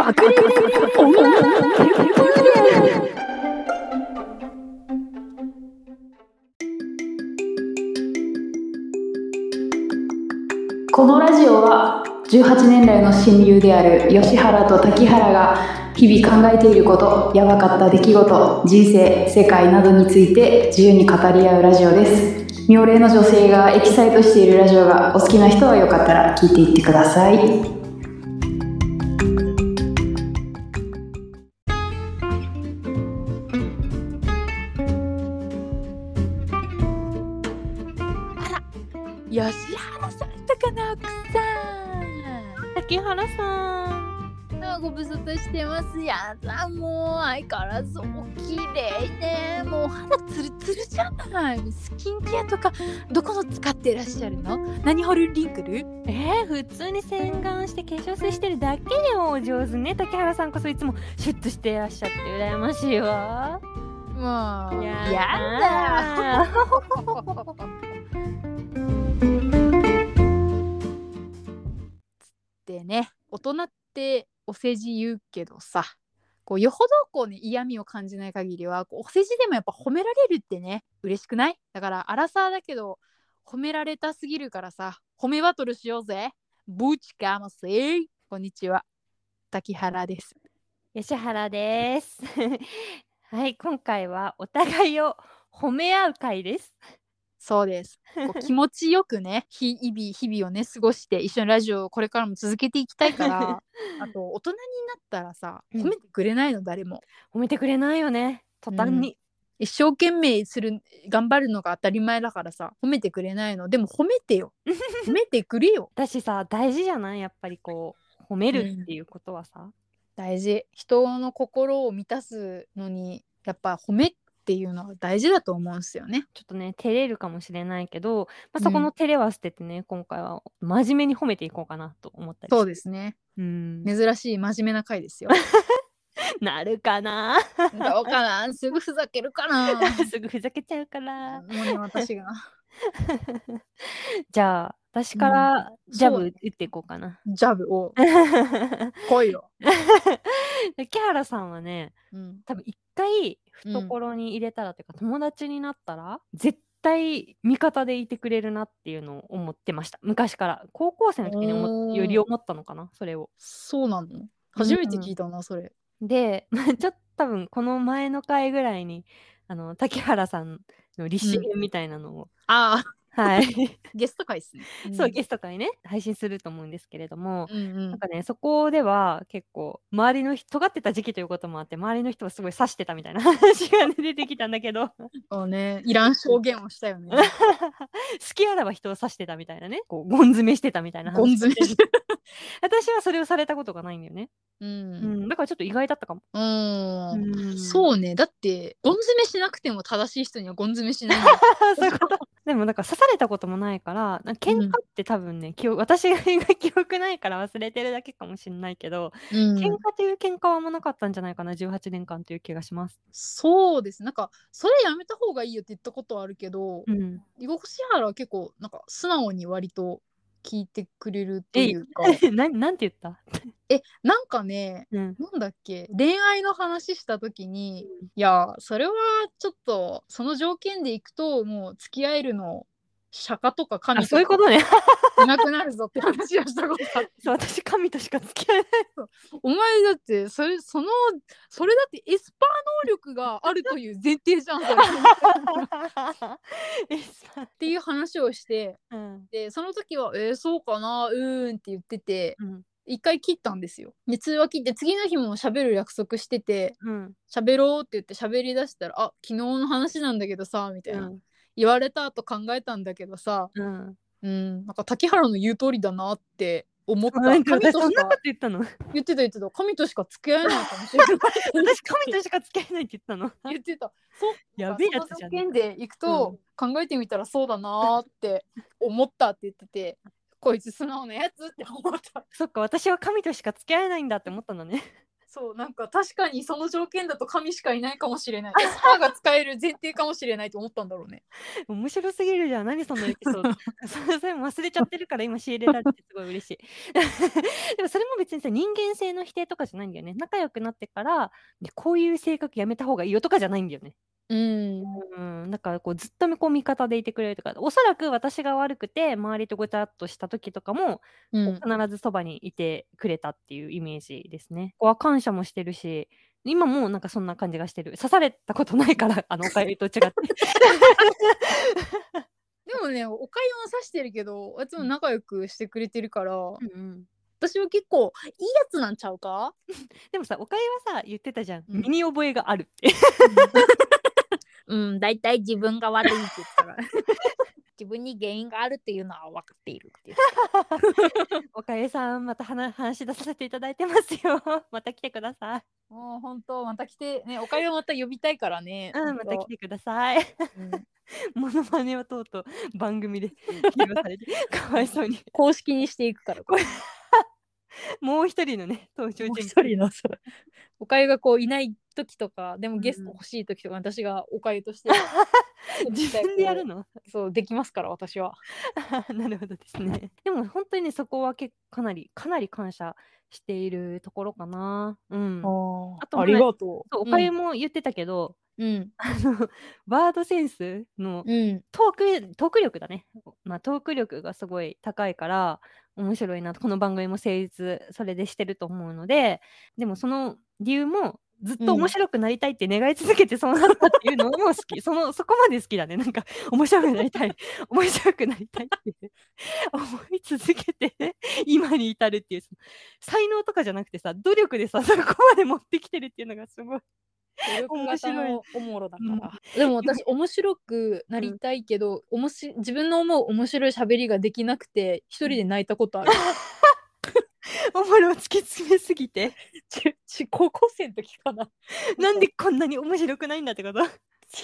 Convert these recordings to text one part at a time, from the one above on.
隠れ女のテクトレ。このラジオは18年来の親友である吉原と滝原が日々考えていること、やばかった出来事、人生、世界などについて自由に語り合うラジオです。妙齢の女性がエキサイトしているラジオがお好きな人はよかったら聞いていってください。 吉原さんとかな奥さん、 滝原さんご無沙汰してます。やだ、もう相変わらずお綺麗ね。もう肌ツルツルじゃない。スキンケアとかどこの使ってらっしゃるの？何ホルリンクル？ 普通に洗顔して化粧水してるだけよ。お上手ね。滝原さんこそいつもシュッとしてらっしゃって羨ましいわ。 もうやだでね、大人ってお世辞言うけどさ、こうよほどこうね嫌味を感じない限りはこうお世辞でもやっぱ褒められるってね嬉しくない？だからアラサーだけど褒められたすぎるからさ、褒めバトルしようぜ。ぶちかませ。こんにちは、滝原です。 吉原ですはい、今回はお互いを褒め合う回です。 そうです。こう気持ちよくね日々をね過ごして一緒にラジオをこれからも続けていきたいからあと大人になったらさ褒めてくれないの、誰も褒めてくれないよね、途端に、 一生懸命頑張るのが当たり前だからさ褒めてくれないの。でも褒めてよ褒めてくれよ。 私さ大事じゃない？やっぱりこう褒めるっていうことはさ、 大事。人の心を満たすのにやっぱ褒めっていうのは大事だと思うんですよね。 ちょっとね照れるかもしれないけど、そこの照れは捨ててね、今回は真面目に褒めていこうかなと思ったりして。 そうですね。珍しい真面目な回ですよなるかなどうかな、すぐふざけるかなすぐふざけちゃうからもうね私がじゃあ私からジャブ打っていこうかな。 ジャブを来いよ木原さんはね、多分一回懐に入れたらっていうか、友達になったら絶対味方でいてくれるなっていうのを思ってました。昔から高校生の時により思ったのかな、それを。 そうなの？初めて聞いたな、それでちょっと多分この前の回ぐらいに滝原さんの立志編みたいなのを、はいゲスト会ですね。 そうゲスト会ね配信すると思うんですけれども、なんかねそこでは結構周りの人尖ってた時期ということもあって周りの人はすごい刺してたみたいな話が、ね、出てきたんだけどね、いらん証言をしたよね好きあらば人を刺してたみたいなね、こうゴン詰めしてたみたいな話。 ゴン詰め私はそれをされたことがないんだよね。だからちょっと意外だったかも。 そうね。だってゴン詰めしなくても正しい人にはゴン詰めしないそういうこと。でもなんか刺されたこともないから喧嘩って多分ね、私が記憶ないから忘れてるだけかもしれないけど、喧嘩という喧嘩はあんまなかったんじゃないかな、18年間という気がします。 そうです。なんかそれやめた方がいいよって言ったことはあるけど、囲碁星原は結構なんか素直に割と聞いてくれるというかなんて言ったなんかね、なんだっけ、恋愛の話した時に、いやそれはちょっとその条件でいくともう付き合えるの釈迦とか神とかそういうことねいなくなるぞって話をしたことあってそう私神としか付き合えないお前だってそれだってエスパー能力があるという前提じゃんそれっていう話をして、でその時はそうかなって言ってて、一回切ったんですよ。で通話切って次の日も喋る約束してて、喋ろうって言って喋りだしたら昨日の話なんだけどさみたいな、言われた後考えたんだけどさ、なんか滝原の言う通りだなって思った。神としかそんなこと言ったの？ 言ってた神としか付き合えないかもしれない私神としか付き合えないって言ったの？ 言ってた。そうやべえやつじゃん。 その条件でいくと、考えてみたらそうだなって思ったって言っててこいつ素直なやつって思った。 そっか私は神としか付き合えないんだって思ったんだね。 そう、なんか確かにその条件だと神しかいないかもしれない。母が使える前提かもしれないと思ったんだろうね。 面白すぎるじゃん。何そのエピソード。それも忘れちゃってるから今仕入れられてすごい嬉しい。でもそれも別にさ、人間性の否定とかじゃないんだよね。仲良くなってから、こういう性格やめた方がいいよとかじゃないんだよね。だからこうずっと味方でいてくれるとか、おそらく私が悪くて周りとごちゃっとした時とかも、必ずそばにいてくれたっていうイメージですね。ここは感謝もしてるし、今もなんかそんな感じがしてる。刺されたことないからおかゆと違って。 でもね、おかゆは刺してるけど、あいつも仲良くしてくれてるから、私は結構いいやつなんちゃうか。 でもさ、おかゆはさ、言ってたじゃん。身に覚えがあるって。 だいたい自分が悪いって言ったら自分に原因があるっていうのは分かっているっておかゆさん、また話し出させていただいてますよ。また来てください。 もう本当また来てね、おかゆまた呼びたいからね。 また来てください。モノマネをとうとう番組で披露されてかわいそうに公式にしていくからもう一人のね登場人物、おかゆがこういない時とかでもゲスト欲しい時とか、私がおかゆとして自分でやるの？ そうできますから私は。 なるほどですね。でも本当にね、そこはかなり感謝しているところかな。 あとありがとう。 おかゆも言ってたけど、ワードセンスのトーク力だね。トーク力がすごい高いから面白いな。この番組も成立それでしてると思うので、でもその理由もずっと面白くなりたいって願い続けてそうなったっていうのも好き。そこまで好きだね。なんか面白くなりたいって思い続けて今に至るっていう才能とかじゃなくてさ、努力でさ、そこまで持ってきてるっていうのがすごい面白い。おもろだから。でも私面白くなりたいけど、自分の思う面白い喋りができなくて一人で泣いたことある。 おもろを突き詰めすぎて高校生の時かな。 なんでこんなに面白くないんだってこと？違う。 もっ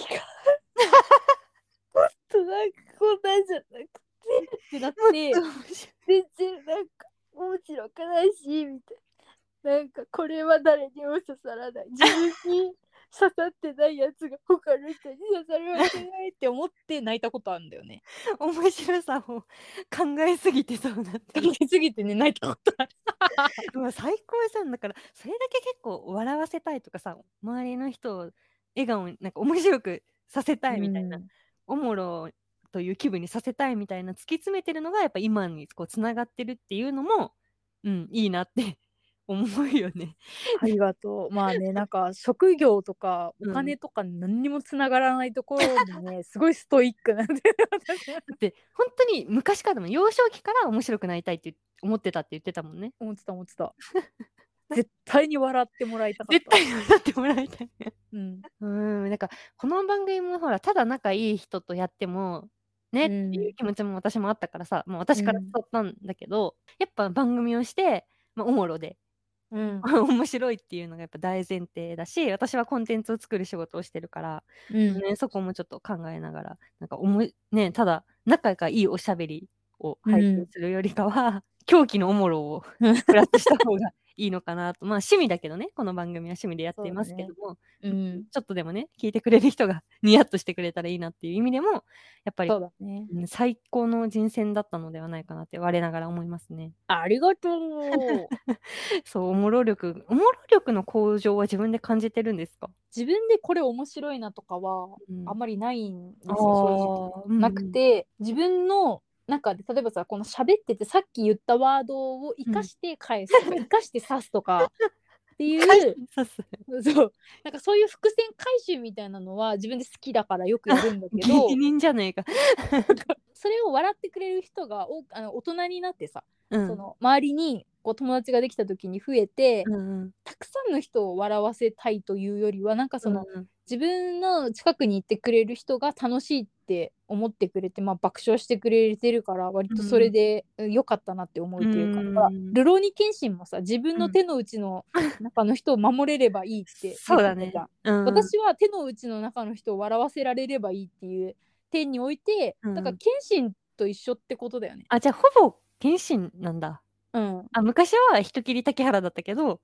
となんかこんなんじゃなくてってなって全然なんか面白くないしみたいな。なんかこれは誰にも刺さらない。自分に刺さってないやつが他の人に刺さるわけないって思って泣いたことあるんだよね。 面白さを考えすぎてそうなって考えすぎてね泣いたことある。 もう最高じゃん。だからそれだけ結構笑わせたいとかさ、周りの人を笑顔になんか面白くさせたいみたいな、おもろという気分にさせたいみたいな突き詰めてるのがやっぱ今にこうつながってるっていうのもいいなって思うよね。 ありがとう。まあね、なんか職業とかお金とか何にもつながらないところにね、すごいストイックなんで私だって本当に昔からも幼少期から面白くなりたいって思ってたって言ってたもんね。 思ってた。絶対に笑ってもらいたかった。 絶対に笑ってもらいたい。なんかこの番組もほらただ仲いい人とやってもねっていう気持ちも私もあったからさ、私から誘ったんだけど、やっぱ番組をして、おもろで、面白いっていうのがやっぱ大前提だし、私はコンテンツを作る仕事をしてるから、そこもちょっと考えながらなんかただ仲がいいおしゃべりを配信するよりかは、狂気のおもろをプラスした方がいいのかなと。趣味だけどね、この番組は趣味でやっていますけども、ちょっとでもね聞いてくれる人がニヤッとしてくれたらいいなっていう意味でもやっぱり最高の人選だったのではないかなって我ながら思いますね。 ありがとう。 そう、おもろ力の向上は自分で感じてるんですか？ 自分でこれ面白いなとかはあんまりないんですよ、正直。なくて、自分の中で例えばさ、この喋っててさっき言ったワードを生かして返すとか、生かして刺すとかっていうそうなんかそういう伏線回収みたいなのは自分で好きだからよくやるんだけど芸人じゃねえかそれを笑ってくれる人が大人になってさ、その周りにこう友達ができた時に増えて、たくさんの人を笑わせたいというよりはなんかその、自分の近くにいてくれる人が楽しいって思ってくれて、爆笑してくれてるから割とそれで良かったなって思うっていうか、ルローニケンシンもさ、自分の手の内の中の人を守れればいいってそうだね、 私は手の内の中の人を笑わせられればいいっていう点において、だからケンシンと一緒ってことだよね。 じゃあほぼケンシンなんだ。昔は人斬り竹原だったけど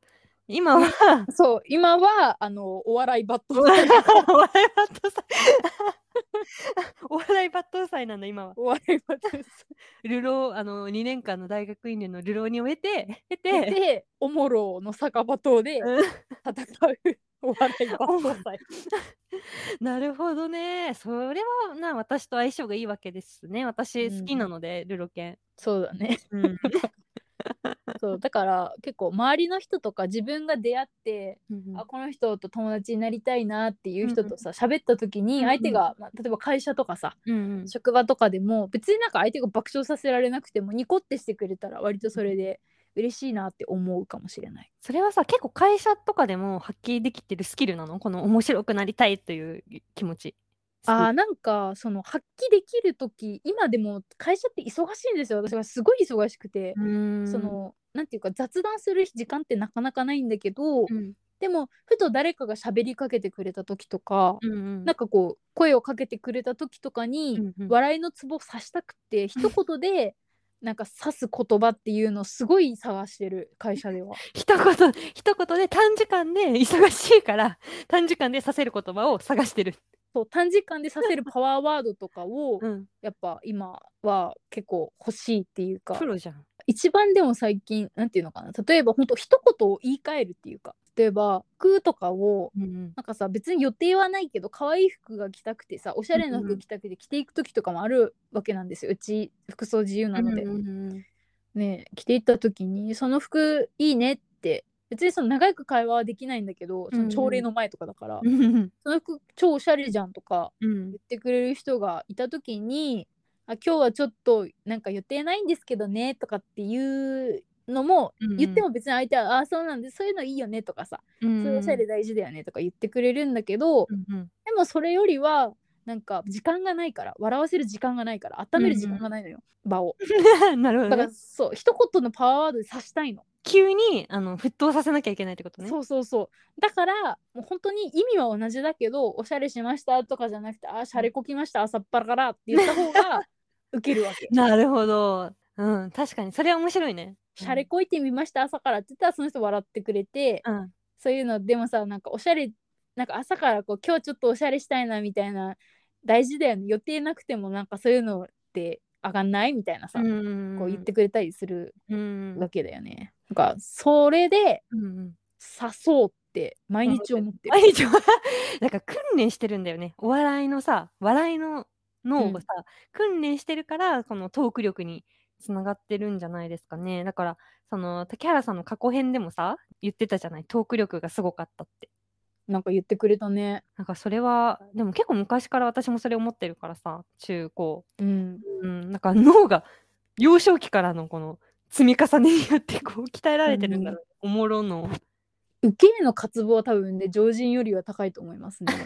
今はそう今はお笑い抜刀祭お笑い抜刀祭お笑い抜刀祭なんだ今は。 お笑い抜刀祭流浪2年間の大学院での流浪に終えてでおもろの酒場島でうん戦うお笑い抜刀祭なるほどね。それは私と相性がいいわけですね。私好きなので、ルロケン。 そうだねうんそうだから結構周りの人とか自分が出会ってうんこの人と友達になりたいなっていう人とさ喋った時に相手が、例えば会社とかさ、 うん職場とかでも別になんか相手が爆笑させられなくてもニコってしてくれたら割とそれで嬉しいなって思うかもしれない。 それはさ、結構会社とかでも発揮できてるスキルなの？この面白くなりたいという気持ち。 なんかその発揮できる時今でも会社って忙しいんですよ。私がすごい忙しくてそのなんていうか雑談する時間ってなかなかないんだけど、でもふと誰かが喋りかけてくれた時とか、なんかこう声をかけてくれた時とかに、笑いのツボを刺したくて一言でなんか刺す言葉っていうのをすごい探してる会社では。 一言で短時間で忙しいから短時間で刺せる言葉を探してる。 そう短時間で刺せるパワーワードとかを、やっぱ今は結構欲しいっていうか。 プロじゃん。 一番でも最近なんていうのかな、例えば本当一言を言い換えるっていうか、例えば服とかを、なんかさ別に予定はないけど可愛い服が着たくてさおしゃれな服着たくて着ていく時とかもあるわけなんですよ。うち服装自由なので、ね着ていった時にその服いいねって別にその長く会話はできないんだけど、その朝礼の前とかだから、その服超おしゃれじゃんとか言ってくれる人がいた時に、今日はちょっとなんか予定ないんですけどねとかっていうのも、言っても別に相手はそうなんですそういうのいいよねとかさ、そういうおしゃれ大事だよねとか言ってくれるんだけど、でもそれよりはなんか時間がないから笑わせる時間がないから温める時間がないのよ、場を。 なるほど、ね、 だからそう一言のパワーワードで刺したいの。 急に沸騰させなきゃいけないってことね。 そうだからもう本当に意味は同じだけどおしゃれしましたとかじゃなくてシャレこきました朝っぱらからって言った方がウケるわけ。 なるほど。確かにそれは面白いね。 シャレこいてみました朝からって言ったらその人笑ってくれて、そういうのでもさなんかおしゃれなんか朝からこう今日ちょっとおしゃれしたいなみたいな大事だよね、予定なくてもなんかそういうのって上がんないみたいなさ、こう言ってくれたりするわけだよね。なんかそれで刺そうって毎日思ってる。 毎日なんか訓練してるんだよね。お笑いのさ笑いの脳がさ、訓練してるからこのトーク力につながってるんじゃないですかね。だからその竹原さんの過去編でもさ言ってたじゃない、トーク力がすごかったって。 なんか言ってくれたね。 なんかそれはでも結構昔から私もそれ思ってるからさ、中高なんか脳が幼少期からのこの積み重ねによってこう鍛えられてるんだろう、おもろの受けへの渇望は多分ね常人よりは高いと思いますね。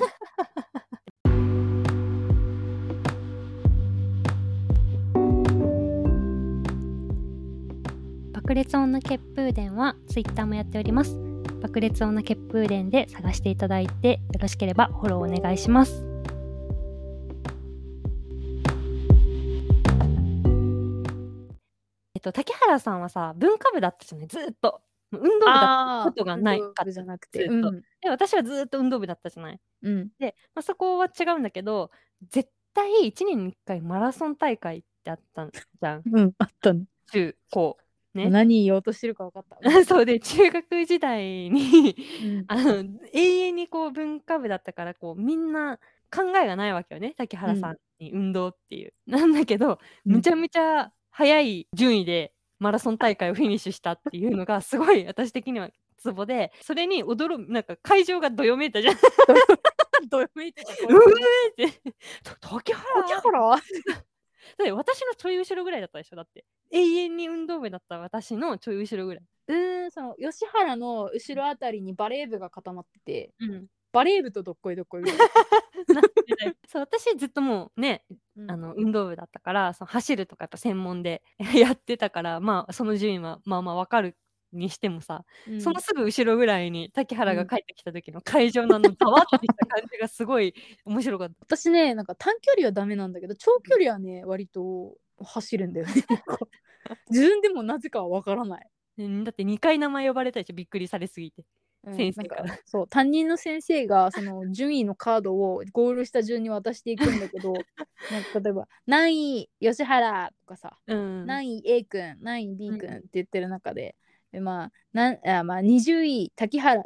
爆裂女血風伝はツイッターもやっております。爆裂女血風伝で探していただいてよろしければフォローお願いします。竹原さんはさ文化部だったじゃない、ずっと運動部だったことがないかったじゃなくて、 で私はずっと運動部だったじゃない、で、そこは違うんだけど絶対1年に1回マラソン大会ってあったじゃん。 あったね。 中高ね、 何言おうとしてるか分かった。 そうで中学時代に、永遠にこう文化部だったからこうみんな考えがないわけよね、竹原さんに運動っていう、なんだけど、むちゃむちゃ早い順位でマラソン大会をフィニッシュしたっていうのがすごい私的にはツボで、それになんか会場がどよめいたじゃん。 どよめいてた。 竹原だ私のちょい後ろぐらいだったでしょ。だって永遠に運動部だった私のちょい後ろぐらい。 その吉原の後ろあたりにバレー部が固まってて、バレー部とどっこいどっこいぐらい。 そう私ずっともうね、運動部だったからその走るとかやっぱ専門でやってたから、まあその順位はまあまあ分かるにしてもさ、そのすぐ後ろぐらいに竹原が帰ってきた時の会場のざわってきた感じがすごい面白かった。 私ねなんか短距離はダメなんだけど長距離はね割と走るんだよね。自分でもなぜかは分からない。 だって2回名前呼ばれたでしょ、びっくりされすぎて。先生なんから。 そう担任の先生がその順位のカードをゴールした順に渡していくんだけどなんか例えば何位吉原とかさ、何位 A 君何位 B 君って言ってる中で、まあ20位竹原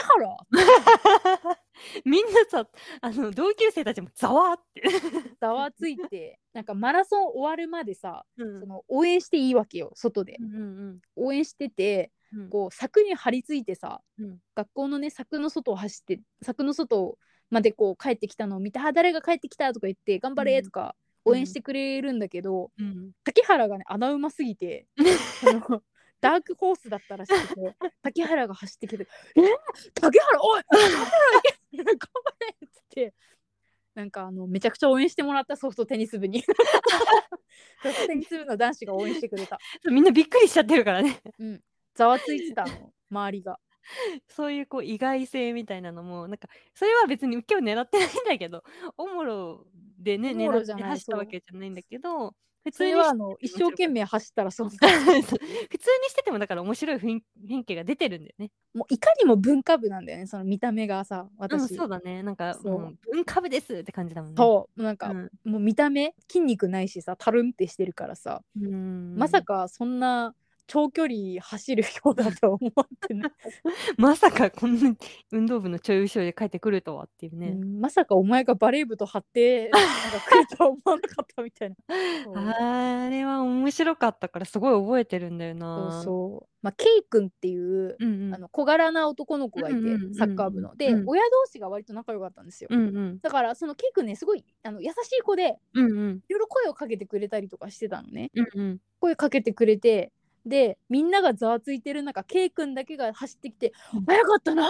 みんなさ同級生たちもざわってざわついて、なんかマラソン終わるまでさ、その応援していいわけよ、外で、応援してて、こう柵に張り付いてさ、学校のね柵の外を走って、柵の外までこう帰ってきたのを見て、誰が帰ってきたとか言って頑張れとか応援してくれるんだけど、竹原がね穴馬すぎてダークホースだったらしくて竹原が走ってきて竹原おい竹原行け頑張れっつってなんかめちゃくちゃ応援してもらった、ソフトテニス部にソフトテニス部の男子が応援してくれた。 みんなびっくりしちゃってるからね。 ざわついてたの周りが。 そういうこう意外性みたいなのもなんかそれは別に受けを狙ってないんだけど、おもろでね狙って走ったわけじゃないんだけど、 普通には一生懸命走ったらそう普通にしててもだから面白い雰囲気が出てるんだよね。 もういかにも文化部なんだよね、その見た目がさ、私。 そうだね、なんかもう文化部ですって感じだもんね。 そうなんか、もう見た目筋肉ないしさ、たるんってしてるからさ、まさかそんな長距離走るようだと思ってねまさかこんな運動部のちょい後ろで帰ってくるとはっていうね、 まさかお前がバレー部と張ってなんか来るとは思わなかったみたいなあれは面白かったからすごい覚えてるんだよな。 まあ、ケイ君っていう、小柄な男の子がいて、サッカー部ので、親同士が割と仲良かったんですよ、だからそのケイ君ねすごい優しい子で、いろいろ声をかけてくれたりとかしてたのね、声かけてくれて、でみんながざわついてる中、ケイ君だけが走ってきて「早かったな!」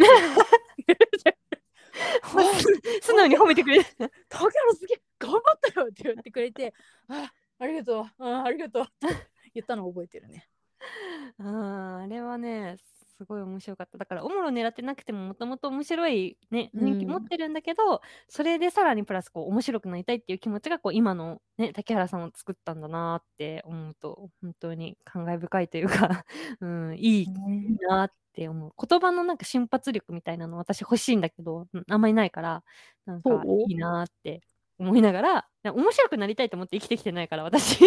素直に褒めてくれる 「竹原すげえ頑張ったよ!」って言ってくれて「ありがとうありがとう」って言ったのを覚えてるね。 あれはねすごい面白かった。だからおもろ狙ってなくてももともと面白いね人気持ってるんだけど、それでさらにプラスこう面白くなりたいっていう気持ちがこう今のね竹原さんを作ったんだなって思うと本当に感慨深いというかいいなって思う。言葉のなんか瞬発力みたいなの私欲しいんだけど、あんまりないからなんかいいなって思いながら、面白くなりたいと思って生きてきてないから私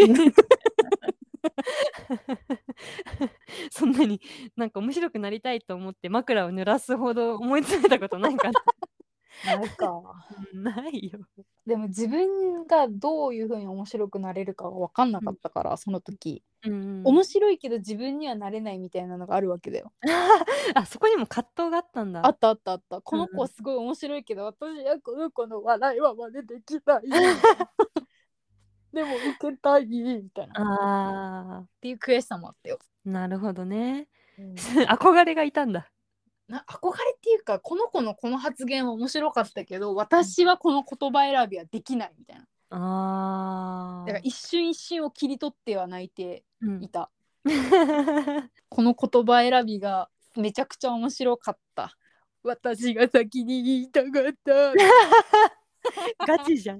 そんなになんか面白くなりたいと思って枕を濡らすほど思い詰めたことないからないかないよ。 でも自分がどういう風に面白くなれるかは分かんなかったから、その時、面白いけど自分にはなれないみたいなのがあるわけだよそこにも葛藤があったんだ。 あったこの子はすごい面白いけど、私はこの子の笑いは真似できないでも受けたいみたいなっていう悔しさもあったよ。 なるほどね、憧れがいたんだ。 憧れっていうか、この子のこの発言は面白かったけど私はこの言葉選びはできないみたいな、だから一瞬一瞬を切り取っては泣いていた、この言葉選びがめちゃくちゃ面白かった。私が先に言いたかったガチじゃん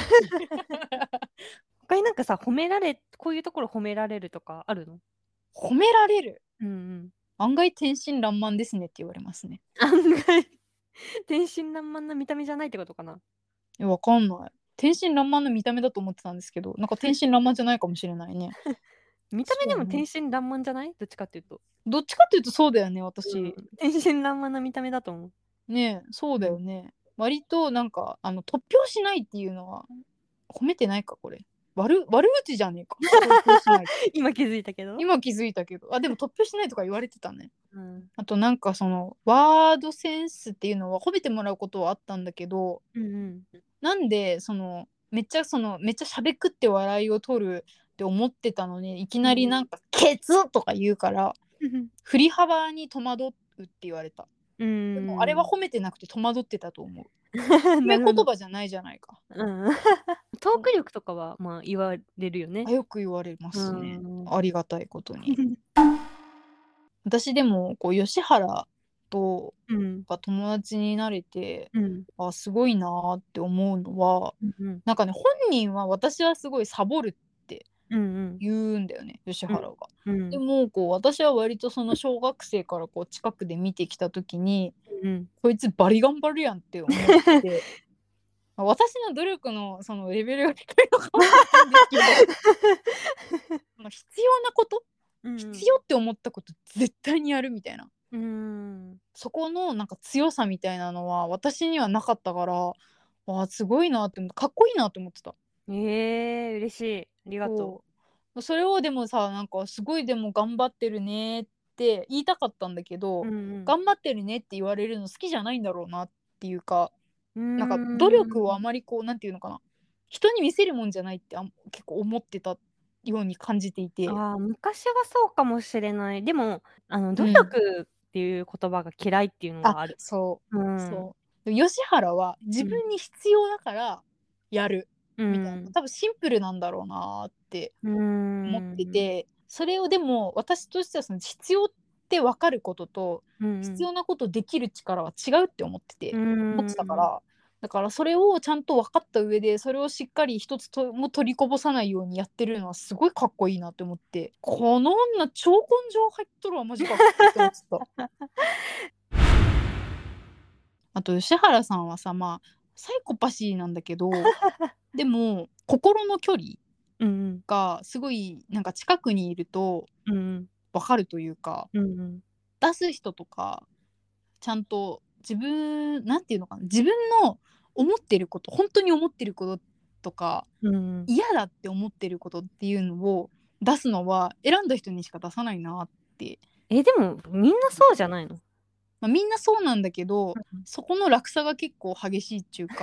他になんかさこういうところ褒められるとかあるの？ 褒められる、案外天真爛漫ですねって言われますね。 案外天真爛漫な見た目じゃないってことかな。 わかんない。天真爛漫な見た目だと思ってたんですけど、なんか天真爛漫じゃないかもしれないね見た目でも天真爛漫じゃない？どっちかっていうとそうだよね私、 天真爛漫な見た目だと思うね。そうだよね、割となんか突拍しないっていうのは褒めてないか、これ悪口じゃねえか今気づいたけどでも突拍しないとか言われてたね、あとなんかそのワードセンスっていうのは褒めてもらうことはあったんだけど、なんでめっちゃしゃべくって笑いを取るって思ってたのにいきなりなんかケツとか言うから振り幅に戸惑うって言われた。でもあれは褒めてなくて戸惑ってたと思う褒め言葉じゃないじゃないかトーク力とかはまあ言われるよね。 よく言われますね、ありがたいことに私でもこう吉原とが友達になれて、すごいなって思うのは、なんかね本人は私はすごいサボるって言うんだよね、吉原が。でもこう私は割とその小学生からこう近くで見てきた時に、こいつバリ頑張るやんって思って私の努力のそのレベルが低いのかもしれないんですけど必要なこと、必要って思ったこと絶対にやるみたいな、そこのなんか強さみたいなのは私にはなかったから、すごいなってかっこいいなって思ってた。 嬉しい、ありがとう。それをでもさ、なんかすごいでも頑張ってるねって言いたかったんだけど、頑張ってるねって言われるの好きじゃないんだろうなっていうか、なんか努力をあまりこうなんていうのかな、人に見せるもんじゃないって結構思ってたように感じていて。 昔はそうかもしれない。でも努力っていう言葉が嫌いっていうのがある。 そう、そう。吉原は自分に必要だからやるみたいな、多分シンプルなんだろうなって思ってて、それをでも私としてはその必要って分かることと、必要なことできる力は違うって思ってたから、だからそれをちゃんと分かった上でそれをしっかり一つとも取りこぼさないようにやってるのはすごいかっこいいなって思って、この女超根性入っとるわマジかって思ってたあと吉原さんはさ、まあサイコパシーなんだけどでも心の距離がすごいなんか近くにいると分かるというか、出す人とかちゃんと自分なんていうのかな、自分の思ってること、本当に思ってることとか、嫌だって思ってることっていうのを出すのは選んだ人にしか出さないなって。 でもみんなそうじゃないの？ みんなそうなんだけど、そこの落差が結構激しいっていうか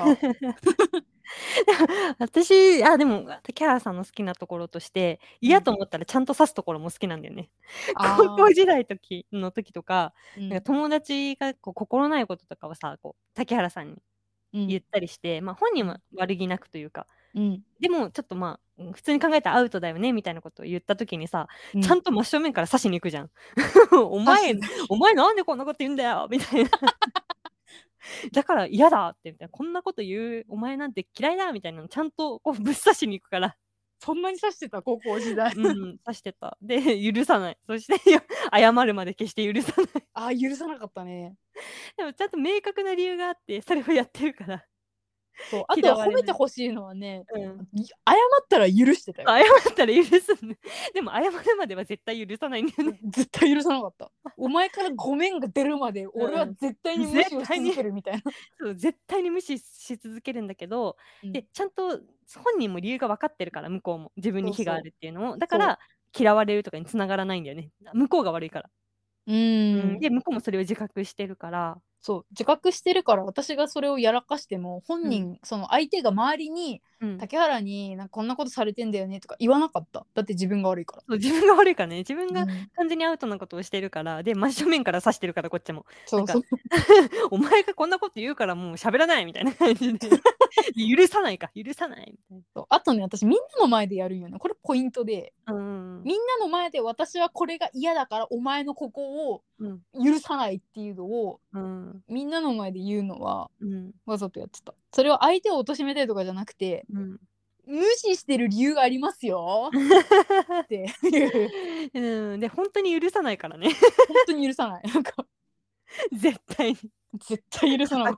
私でも竹原さんの好きなところとして嫌と思ったらちゃんと指すところも好きなんだよね。高校時代の時とか、なんか友達がこう心ないこととかをさこう竹原さんに言ったりして、本人は悪気なくというか、でもちょっと普通に考えたらアウトだよねみたいなことを言った時にさ、ちゃんと真正面から刺しに行くじゃん。お前なんでこんなこと言うんだよみたいな。だから嫌だってみたいな、こんなこと言うお前なんて嫌いだみたいなのちゃんとこうぶっ刺しに行くから。 そんなに刺してた高校時代刺してた。で許さない。そして謝るまで決して許さない。 許さなかったね。 でもちゃんと明確な理由があってそれをやってるから。 そう、あとは褒めてほしいのはね、謝ったら許してたよ。 謝ったら許すでも謝るまでは絶対許さないんだよね。 絶対許さなかった。お前からごめんが出るまで俺は絶対に無視をし続けるみたいな。 そう絶対に無視し続けるんだけど、でちゃんと本人も理由が分かってるから、向こうも自分に非があるっていうのを、だから嫌われるとかに繋がらないんだよね。向こうが悪いから。で向こうもそれを自覚してるから。 そう自覚してるから、私がそれをやらかしても本人、その相手が周りに、竹原になんかこんなことされてんだよねとか言わなかった。だって自分が悪いから。 そう自分が悪いからね。自分が完全にアウトなことをしてるから、で真正面から刺してるからこっちも。そうお前がこんなこと言うからもう喋らないみたいな感じで許さないみたいな。 あとね、私みんなの前でやるんよね。これポイントで、みんなの前で私はこれが嫌だからお前のここを許さないっていうのを、みんなの前で言うのは、わざとやってた。それは相手を貶めたいとかじゃなくて、無視してる理由がありますよっていう。で本当に許さないからね。 本当に許さない。なんか絶対許さない。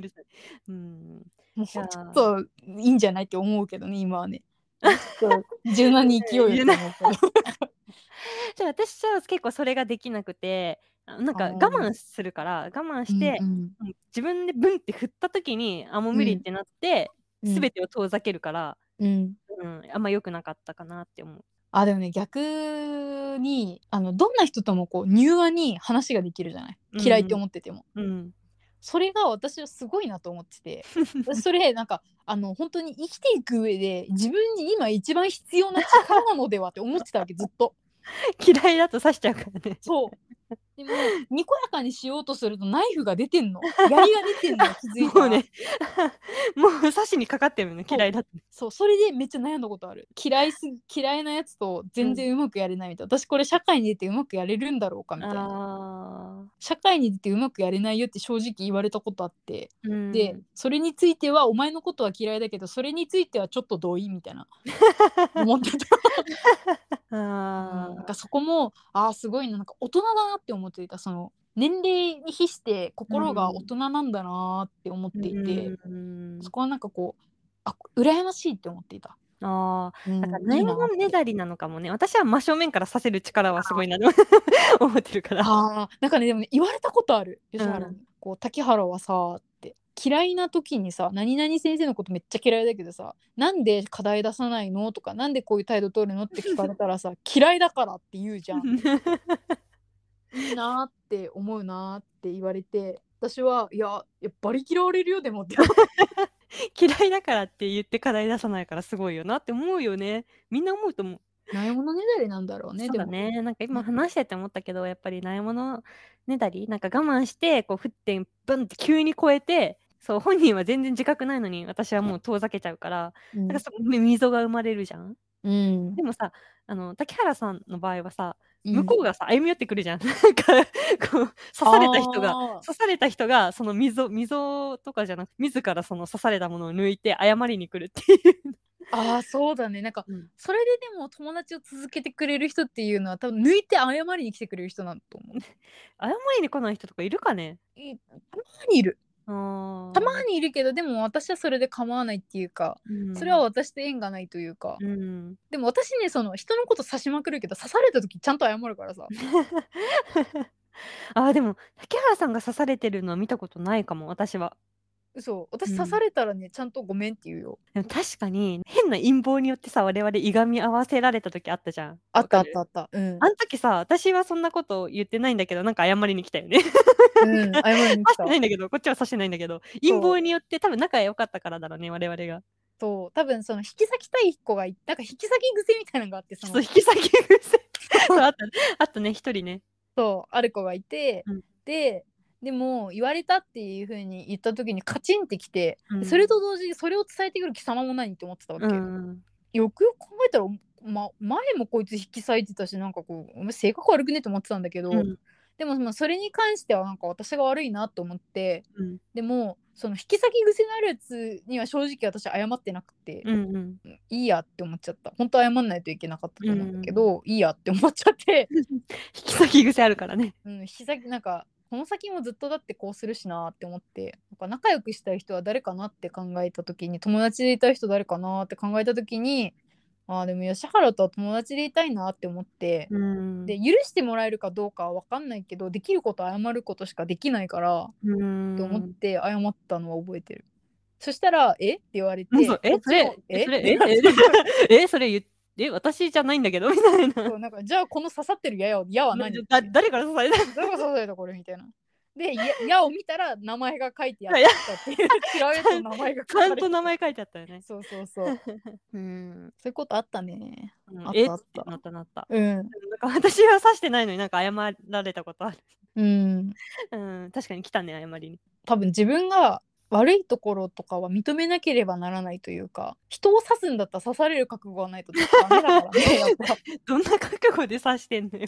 もうちょっといいんじゃないって思うけどね、今はね。ちょっと柔軟に生きようよって思うけど。 じゃあ私は結構それができなくて、なんか我慢するから我慢して、自分でブンって振った時にもう無理ってなって、全てを遠ざけるから、あんま良くなかったかなって思う。 でもね、逆にどんな人ともこう柔和に話ができるじゃない、嫌いって思ってても。それが私はすごいなと思っててそれなんか本当に生きていく上で自分に今一番必要な力なのではって思ってたわけずっと。 嫌いだと刺しちゃうからね。 そうでもにこやかにしようとするとナイフが出てんの、槍が出てんの気づいたら。 もうねもう刺しにかかってるの嫌いだって。 そう、それでめっちゃ悩んだことある。嫌いなやつと全然うまくやれないみたいな、私これ社会に出てうまくやれるんだろうかみたいな。社会に出てうまくやれないよって正直言われたことあって、でそれについてはお前のことは嫌いだけどそれについてはちょっと同意みたいな思ってた。なんかそこもすごいな、なんか大人だなって思っていた。その年齢に比して心が大人なんだなって思っていて、そこはなんかこう羨ましいって思っていた。 なんかないものねだりなのかもね。私は真正面からさせる力はすごいなと思ってるから。 なんかね、でもね、言われたことある、吉原に。こう滝原はさって嫌いな時にさ、何々先生のことめっちゃ嫌いだけどさ、なんで課題出さないのとか、なんでこういう態度取るのって聞かれたらさ嫌いだからって言うじゃん。いいなって思うなって言われて、私はいやバリ嫌われるよでもって嫌いだからって言って課題出さないからすごいよなって思うよね。みんな思うと思う。 ないものねだりなんだろうね。 そうだね。なんか今話してて思ったけど、やっぱりないものねだり、なんか我慢してこう沸点ブンって急に超えて、そう本人は全然自覚ないのに私はもう遠ざけちゃうから、なんかそこ溝が生まれるじゃん。でもさ、竹原さんの場合はさ、向こうがさ歩み寄ってくるじゃん。なんかこう刺された人がその溝とかじゃなくて自らその刺されたものを抜いて謝りに来るっていう。 そうだね。なんか、それででも友達を続けてくれる人っていうのは多分抜いて謝りに来てくれる人なんだと思う。 謝りに来ない人とかいるかね。 たまにいる。たまにいるけど、でも私はそれで構わないっていうか、それは私と縁がないというか、でも私ね、その人のこと刺しまくるけど刺された時ちゃんと謝るからさ。 でも竹原さんが刺されてるのは見たことないかも、私は。 嘘、私刺されたらね、ちゃんとごめんって言うよ。 でも確かに変な陰謀によってさ、我々いがみ合わせられた時あったじゃん。 あった。 あの時さ、私はそんなこと言ってないんだけど、なんか謝りに来たよね。 謝りに来た。 刺してないんだけど、こっちは刺してないんだけど、陰謀によって多分仲良かったからだろうね、我々が。 そう多分その引き裂きたい子がなんか引き裂き癖みたいなのがあって、その引き裂き癖あったね、一人ね。 そうある子がいて、でも言われたっていう風に言った時にカチンってきて、それと同時にそれを伝えてくる貴様も何って思ってたわけ。よくよく考えたら、前もこいつ引き裂いてたし、なんかこうお前性格悪くねって思ってたんだけど、でもそれに関してはなんか私が悪いなと思って、でもその引き裂き癖のあるやつには正直私謝ってなくて、いいやって思っちゃった。本当は謝んないといけなかったと思うんだけど、いいやって思っちゃって引き裂き癖あるからね。 引き裂きなんかこの先もずっとだってこうするしなって思って、なんか仲良くしたい人は誰かなって考えた時に、友達でいたい人誰かなって考えた時に、でも吉原とは友達でいたいなって思って、で許してもらえるかどうかは分かんないけど、できること謝ることしかできないからって思って謝ったのは覚えてる。そしたらって言われて、 それ私じゃないんだけどみたいな。 そうなんかじゃあこの刺さってる矢は何？ 誰から刺された？ 誰が刺されたこれみたいな。で矢を見たら名前が書いてあったっていう、違うやつの名前がちゃんと名前書いてあったよね。 そうそういうことあったね。 なった。なんか私は刺してないのになんか謝られたことある。確かに来たね、謝りに。 多分自分が悪いところとかは認めなければならないというか、人を刺すんだったら刺される覚悟がないとダメだからね。やっぱどんな覚悟で刺してんのよ。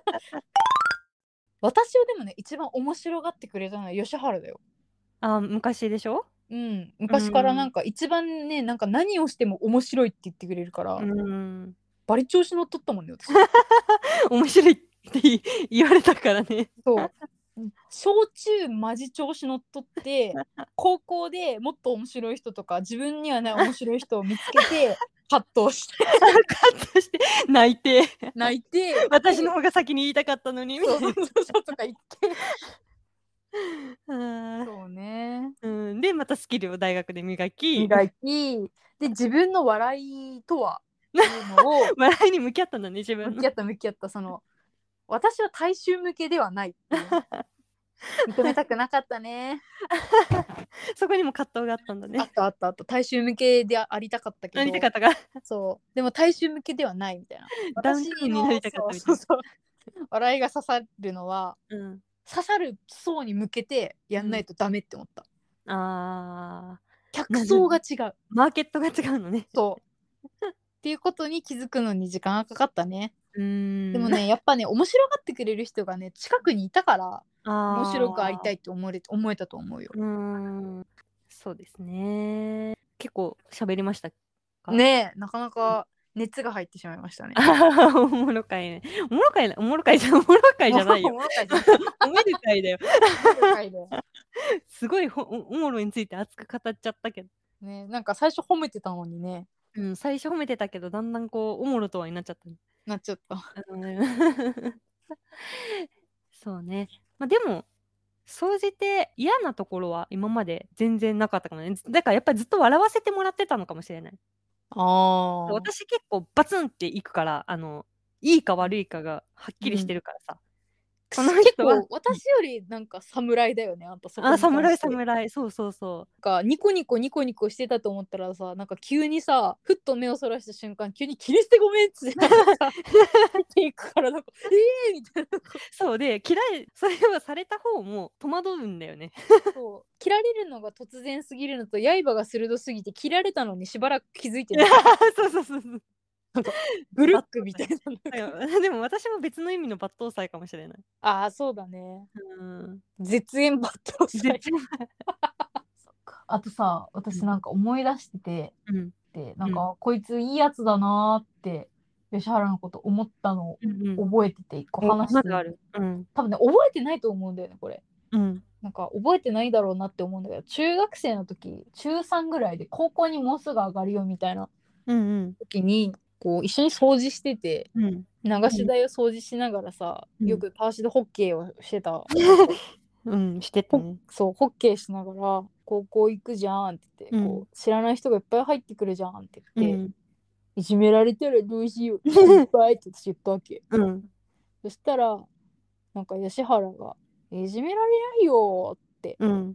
私をでもね、一番面白がってくれたのは吉原だよ。 昔でしょ？ 昔からなんか一番ね、なんか何をしても面白いって言ってくれるから、バリ調子乗っとったもんね、私。 面白いって言われたからね。 そう小中マジ調子乗っとって、高校でもっと面白い人とか自分にはない面白い人を見つけて葛藤して泣いて私の方が先に言いたかったのにみたいな。 そうとか言ってそうね。 でまたスキルを大学で磨きで自分の笑いとはっていうのを笑いに向き合ったんだね、自分の。 向き合った。その私は大衆向けではないっていう認めたくなかったね。 そこにも葛藤があったんだね。 あった大衆向けでありたかったけど、そうでも大衆向けではないみたいな。 ダウンタウンになりたかったみたいな。 笑いが刺さるのは、 うん、 刺さる層に向けてやんないとダメって思った。 あ客層が違う。 マーケットが違うのね。 そうっていうことに気づくのに時間がかかったね。 でもでもね、やっぱね、面白がってくれる人がね、近くにいたから、面白くありたいって思えたと思うよ。 そうですね。結構喋りましたか？ ねえ、なかなか熱が入ってしまいましたね。 おもろかいね。おもろかいじゃないよ。 おもろかいじゃない。 おめでかいだよ。 おもろかいで。 すごいおもろについて熱く語っちゃったけど。 ね、なんか最初褒めてたのにね。 うん、最初褒めてたけど、だんだんこう、おもろとはになっちゃった。 なっちゃった。 そうね。まあでも、総じて嫌なところは今まで全然なかったかもね。だからやっぱりずっと笑わせてもらってたのかもしれない。私結構バツンっていくから、いいか悪いかがはっきりしてるからさ。 この人は結構私よりなんか侍だよね、あんたそこに関して。 侍、そうそうそう。 なんかニコニコしてたと思ったらさ、なんか急にさ、ふっと目をそらした瞬間、急に切り捨てごめんっつって見ていくからなんかみたいな。 そうで、それをされた方も戸惑うんだよね。 そう切られるのが突然すぎるのと、刃が鋭すぎて切られたのにしばらく気づいてない。 そうそうそうそう。 なんかブルックみたいな。でも私も別の意味の抜刀斎かもしれない。 ああ、そうだね。絶縁抜刀斎。あとさ、私なんか思い出してて、でなんか、こいついいやつだなーって吉原のこと思ったのを覚えてて、一個話してる。多分ね、覚えてないと思うんだよね、これ。なんか覚えてないだろうなって思うんだけど、中学生の時、中3ぐらいで高校にもうすぐ上がるよみたいな時に、こう一緒に掃除してて、流し台を掃除しながらさ、よくたわしでホッケーをしてた。 してたね。 そう、ホッケーしながら高校行くじゃんって言って、こう知らない人がいっぱい入ってくるじゃんって言って、いじめられたらどうしよういっぱいって私言ったわけ。そしたらなんか吉原が「いじめられないよ」って言って、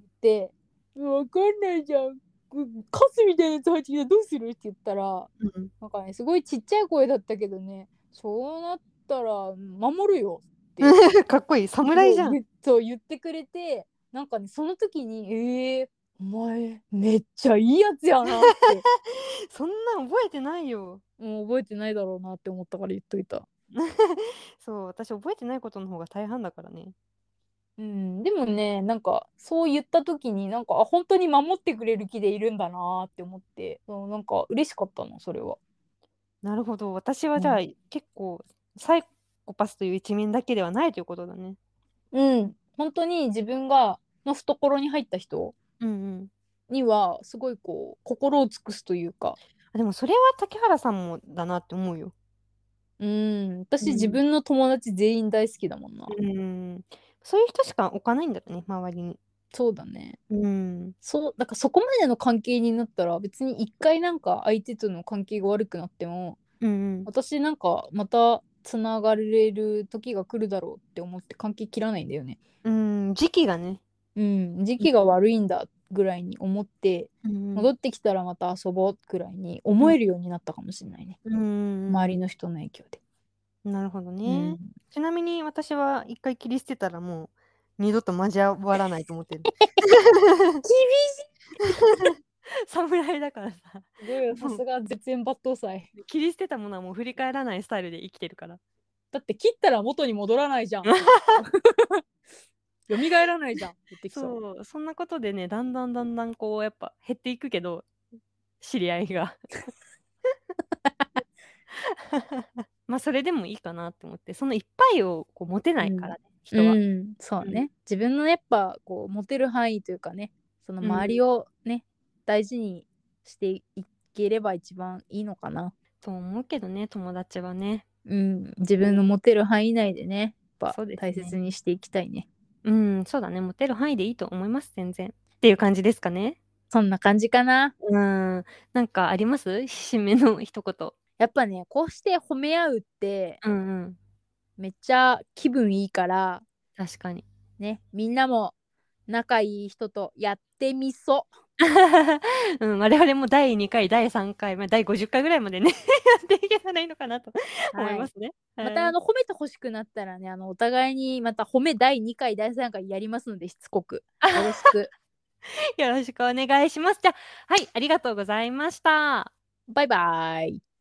わかんないじゃん、カスみたいなやつ入ってきたらどうするって言ったら、なんかね、すごいちっちゃい声だったけどね、そうなったら守るよってかっこいい、侍じゃん。 そう言ってくれて、なんかね、その時にお前めっちゃいいやつやなってそんなん覚えてないよ。 もう覚えてないだろうなって思ったから言っといた。 そう、私覚えてないことの方が大半だからね。 でもね、なんかそう言った時になんか本当に守ってくれる気でいるんだなって思って、なんか嬉しかったの、それは。 なるほど、私はじゃあ、結構サイコパスという一面だけではないということだね。 本当に自分の懐に入った人にはすごいこう心を尽くすというか。 でもそれは竹原さんもだなって思うよ。 私、自分の友達全員大好きだもんな。 そういう人しか置かないんだろうね、周りに。 そうだね。だからそこまでの関係になったら別に一回なんか相手との関係が悪くなっても、私なんかまたつながれる時が来るだろうって思って関係切らないんだよね。 時期がね。 時期が悪いんだぐらいに思って、戻ってきたらまた遊ぼうぐらいに思えるようになったかもしれないね。周りの人の影響で。 なるほどね。ちなみに私は一回切り捨てたらもう二度と交わらないと思ってる。 厳しい侍だからさ。 すごいよ、さすが絶縁抜刀斎。 切り捨てたものはもう振り返らないスタイルで生きてるから。 だって切ったら元に戻らないじゃん。蘇らないじゃん。 そう、そんなことでね、だんだんこうやっぱ減っていくけど、知り合いが。まあそれでもいいかなって思って、そのいっぱいをこう持てないからね、人は。 そうね。自分のやっぱこう持てる範囲というかね、その周りをね、大事にしていければ一番いいのかな。 と思うけどね、友達はね。 自分の持てる範囲内でね、やっぱ大切にしていきたいね。 そうだね、持てる範囲でいいと思います、全然。っていう感じですかね。 そんな感じかな。 なんかあります？締めの一言。 やっぱね、こうして褒め合うって、めっちゃ気分いいから、 確かに。 ね、みんなも仲いい人とやってみそ。 うん、我々も第2回、第3回、第50回ぐらいまでね、やっていけたらいいのかなと思いますね。 また褒めて欲しくなったらね、お互いにまた褒め第2回、第3回やりますので、しつこく。よろしく。 よろしくお願いします。じゃあ、はい、ありがとうございました。 バイバーイ。